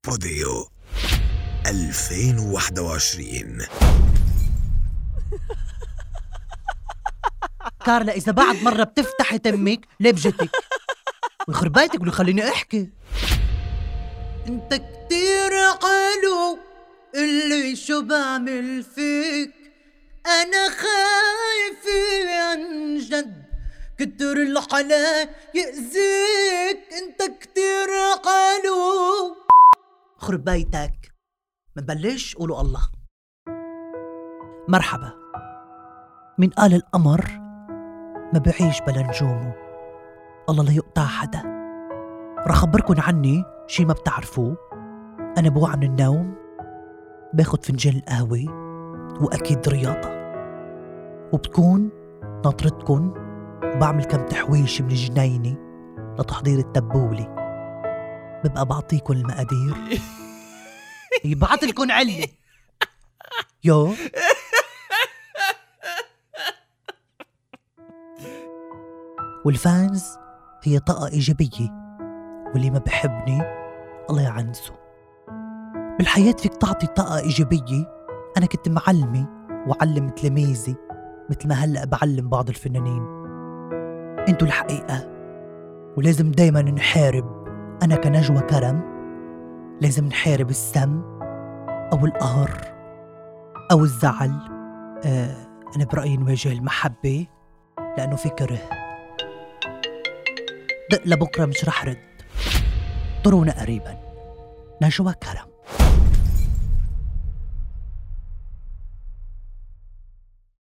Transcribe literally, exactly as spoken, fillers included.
بوديو ألفين وواحد وعشرين. كارلا إذا بعد مرة بتفتحي تمك ليه بجتك ويخرب بيتك واللي خليني أحكي. انت كتير حلو اللي شو بعمل فيك، أنا خايفة عن جد كتر الحلا يأذيك. انت كتير حلو خرب بيتك. منبلش قولوا الله. مرحبا. من قال القمر ما بعيش بلا نجومه، الله لا يقطع حدا. رح أخبركن عني شي ما بتعرفوه. أنا بوعى من النوم باخد فنجان القهوة وأكيد رياضة، وبتكون ناطرتكن وبعمل كم تحويش من جنيني لتحضير التبولة. ببقى بعطيكن المقادير يبعتلكن علة يو. والفانز هي طاقة إيجابية، واللي ما بحبني الله يعنسه. بالحياة فيك تعطي طاقة إيجابية. أنا كنت معلمة وعلم تلاميذي مثل ما هلأ بعلم بعض الفنانين. انتوا الحقيقة، ولازم دايما نحارب. أنا كنجوى كرم لازم نحارب السم أو القهر أو الزعل. آه أنا برأيي نواجه المحبة لأنه في كره. دق لبكرة مش رح رد. طرونا قريبا. نجوى كرم.